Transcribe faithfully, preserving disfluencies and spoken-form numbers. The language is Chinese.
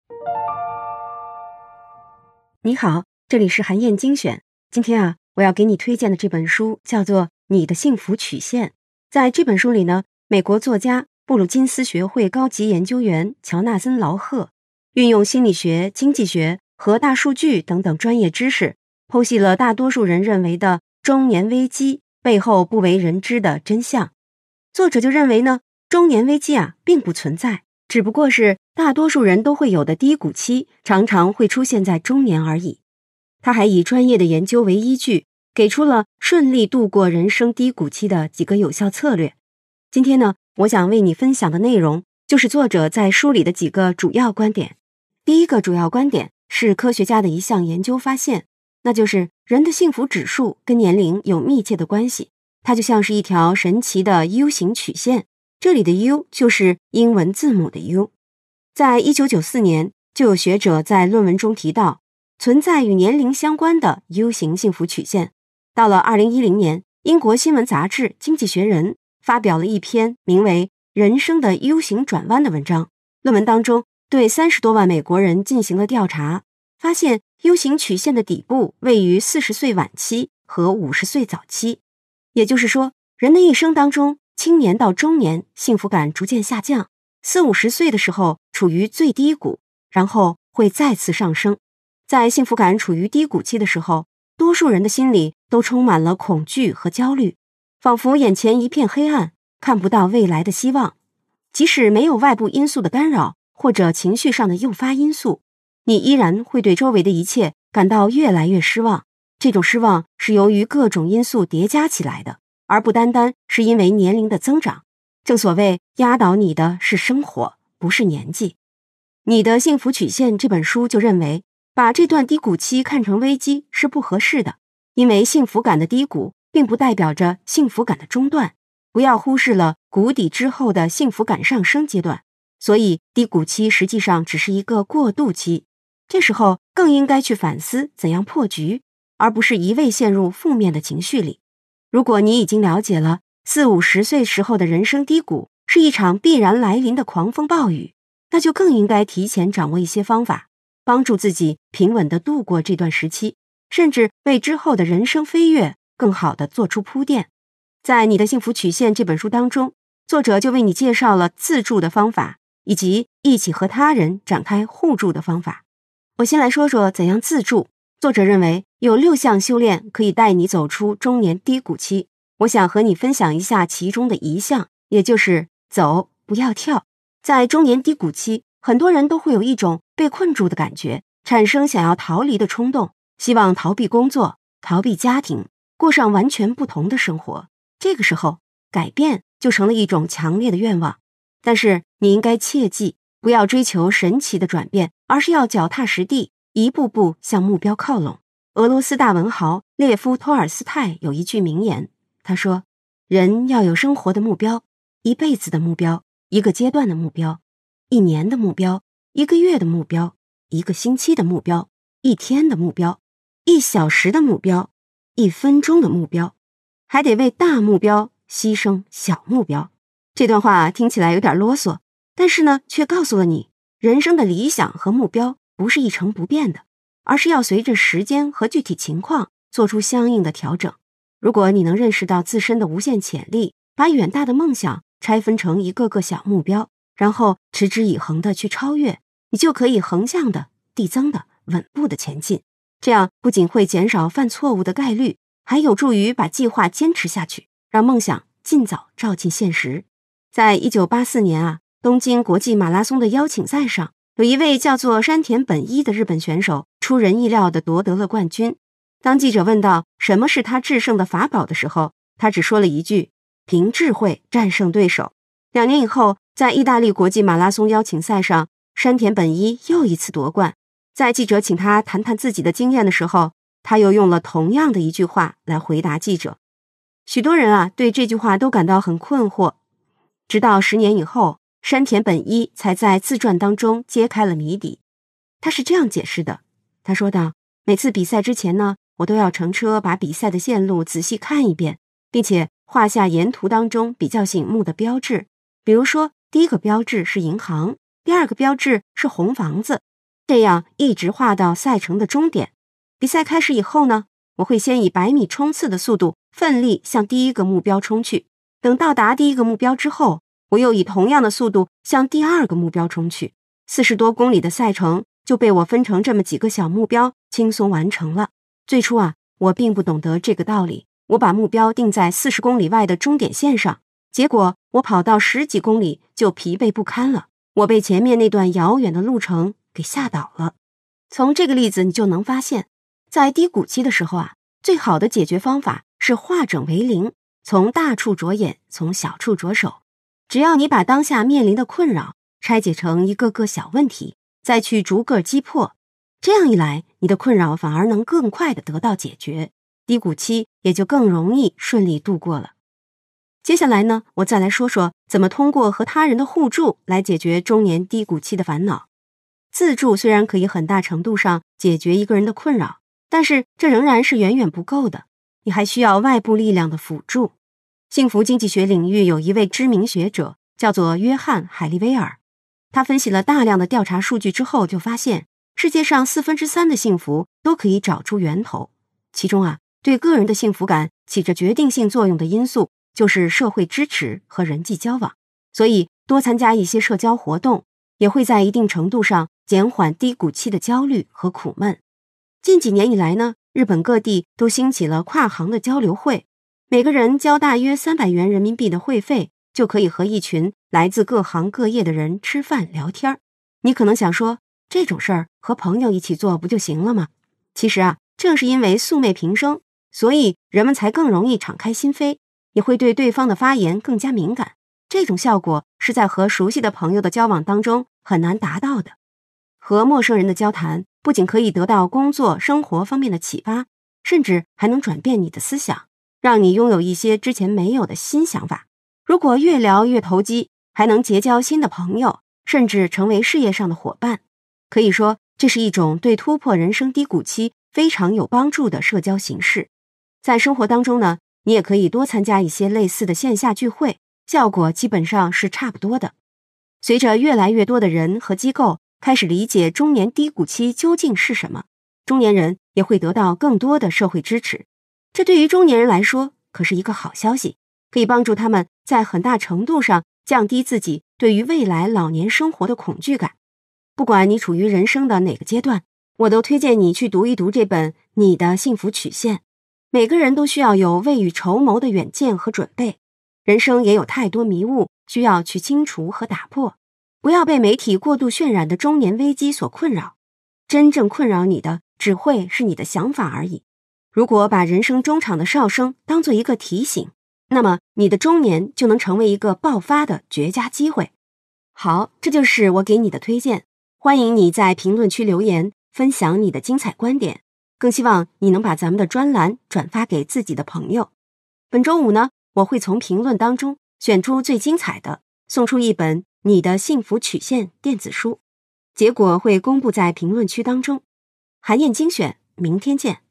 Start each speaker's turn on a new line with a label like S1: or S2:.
S1: 你好，这里是韩燕精选。今天啊，我要给你推荐的这本书叫做《你的幸福曲线》。在这本书里呢，美国作家布鲁金斯学会高级研究员乔纳森·劳赫运用心理学、经济学和大数据等等专业知识，剖析了大多数人认为的中年危机背后不为人知的真相。作者就认为呢，中年危机啊并不存在，只不过是大多数人都会有的低谷期，常常会出现在中年而已。他还以专业的研究为依据，给出了顺利度过人生低谷期的几个有效策略。今天呢，我想为你分享的内容就是作者在书里的几个主要观点。第一个主要观点是科学家的一项研究发现，那就是人的幸福指数跟年龄有密切的关系，它就像是一条神奇的 U 型曲线，这里的 U 就是英文字母的 U。在一九九四年，就有学者在论文中提到存在与年龄相关的 U 型幸福曲线。到了二零一零年，英国新闻杂志《经济学人》发表了一篇名为《人生的 U 型转弯》的文章。论文当中对三十多万美国人进行了调查，发现 U 型曲线的底部位于四十岁晚期和五十岁早期。也就是说，人的一生当中，青年到中年幸福感逐渐下降，四五十岁的时候处于最低谷，然后会再次上升。在幸福感处于低谷期的时候，多数人的心里都充满了恐惧和焦虑，仿佛眼前一片黑暗，看不到未来的希望。即使没有外部因素的干扰，或者情绪上的诱发因素，你依然会对周围的一切感到越来越失望。这种失望是由于各种因素叠加起来的，而不单单是因为年龄的增长。正所谓，压倒你的是生活，不是年纪。你的幸福曲线这本书就认为，把这段低谷期看成危机是不合适的，因为幸福感的低谷并不代表着幸福感的中断，不要忽视了谷底之后的幸福感上升阶段。所以低谷期实际上只是一个过渡期，这时候更应该去反思怎样破局，而不是一味陷入负面的情绪里。如果你已经了解了四五十岁时候的人生低谷是一场必然来临的狂风暴雨，那就更应该提前掌握一些方法，帮助自己平稳地度过这段时期，甚至为之后的人生飞跃更好地做出铺垫。在《你的幸福曲线》这本书当中，作者就为你介绍了自助的方法，以及一起和他人展开互助的方法。我先来说说怎样自助。作者认为有六项修炼可以带你走出中年低谷期，我想和你分享一下其中的一项，也就是走，不要跳。在中年低谷期，很多人都会有一种被困住的感觉，产生想要逃离的冲动，希望逃避工作，逃避家庭，过上完全不同的生活。这个时候，改变就成了一种强烈的愿望。但是你应该切记，不要追求神奇的转变，而是要脚踏实地，一步步向目标靠拢。俄罗斯大文豪列夫·托尔斯泰有一句名言，他说，人要有生活的目标，一辈子的目标，一个阶段的目标，一年的目标，一个月的目标，一个星期的目标，一天的目标，一小时的目标，一分钟的目标，还得为大目标牺牲小目标。这段话听起来有点啰嗦，但是呢，却告诉了你，人生的理想和目标不是一成不变的，而是要随着时间和具体情况做出相应的调整。如果你能认识到自身的无限潜力，把远大的梦想拆分成一个个小目标，然后持之以恒地去超越，你就可以横向的、递增的、稳步的前进。这样不仅会减少犯错误的概率，还有助于把计划坚持下去，让梦想尽早照进现实。在一九八四年啊，东京国际马拉松的邀请赛上，有一位叫做山田本一的日本选手出人意料地夺得了冠军。当记者问到什么是他制胜的法宝的时候，他只说了一句，凭智慧战胜对手。两年以后，在意大利国际马拉松邀请赛上，山田本一又一次夺冠。在记者请他谈谈自己的经验的时候，他又用了同样的一句话来回答记者。许多人啊，对这句话都感到很困惑。直到十年以后，山田本一才在自传当中揭开了谜底。他是这样解释的，他说道，每次比赛之前呢，我都要乘车把比赛的线路仔细看一遍，并且画下沿途当中比较醒目的标志。比如说，第一个标志是银行，第二个标志是红房子， 这样一直画到赛程的终点。比赛开始以后呢，我会先以百米冲刺的速度奋力向第一个目标冲去，等到达第一个目标之后，我又以同样的速度向第二个目标冲去。四十多公里的赛程就被我分成这么几个小目标，轻松完成了。最初啊，我并不懂得这个道理，我把目标定在四十公里外的终点线上，结果我跑到十几公里就疲惫不堪了，我被前面那段遥远的路程给吓倒了。从这个例子你就能发现，在低谷期的时候啊，最好的解决方法是化整为零，从大处着眼，从小处着手。只要你把当下面临的困扰拆解成一个个小问题，再去逐个击破，这样一来，你的困扰反而能更快地得到解决，低谷期也就更容易顺利度过了。接下来呢，我再来说说怎么通过和他人的互助来解决中年低谷期的烦恼。自助虽然可以很大程度上解决一个人的困扰，但是这仍然是远远不够的，你还需要外部力量的辅助。幸福经济学领域有一位知名学者叫做约翰·海利威尔，他分析了大量的调查数据之后就发现，世界上四分之三的幸福都可以找出源头。其中啊，对个人的幸福感起着决定性作用的因素就是社会支持和人际交往，所以多参加一些社交活动，也会在一定程度上减缓低谷期的焦虑和苦闷。近几年以来呢，日本各地都兴起了跨行的交流会，每个人交大约三百元人民币的会费，就可以和一群来自各行各业的人吃饭聊天。你可能想说，这种事儿和朋友一起做不就行了吗？其实啊，正是因为素昧平生，所以人们才更容易敞开心扉，也会对对方的发言更加敏感。这种效果是在和熟悉的朋友的交往当中很难达到的。和陌生人的交谈不仅可以得到工作、生活方面的启发，甚至还能转变你的思想，让你拥有一些之前没有的新想法。如果越聊越投机，还能结交新的朋友，甚至成为事业上的伙伴。可以说，这是一种对突破人生低谷期非常有帮助的社交形式。在生活当中呢，你也可以多参加一些类似的线下聚会，效果基本上是差不多的。随着越来越多的人和机构开始理解中年低谷期究竟是什么，中年人也会得到更多的社会支持。这对于中年人来说可是一个好消息，可以帮助他们在很大程度上降低自己对于未来老年生活的恐惧感。不管你处于人生的哪个阶段，我都推荐你去读一读这本《你的幸福曲线》。每个人都需要有未雨绸缪的远见和准备，人生也有太多迷雾需要去清除和打破。不要被媒体过度渲染的中年危机所困扰，真正困扰你的只会是你的想法而已。如果把人生中场的哨声当做一个提醒，那么你的中年就能成为一个爆发的绝佳机会。好，这就是我给你的推荐。欢迎你在评论区留言，分享你的精彩观点，更希望你能把咱们的专栏转发给自己的朋友。本周五呢，我会从评论当中选出最精彩的，送出一本《你的幸福曲线》电子书，结果会公布在评论区当中。韩燕精选，明天见。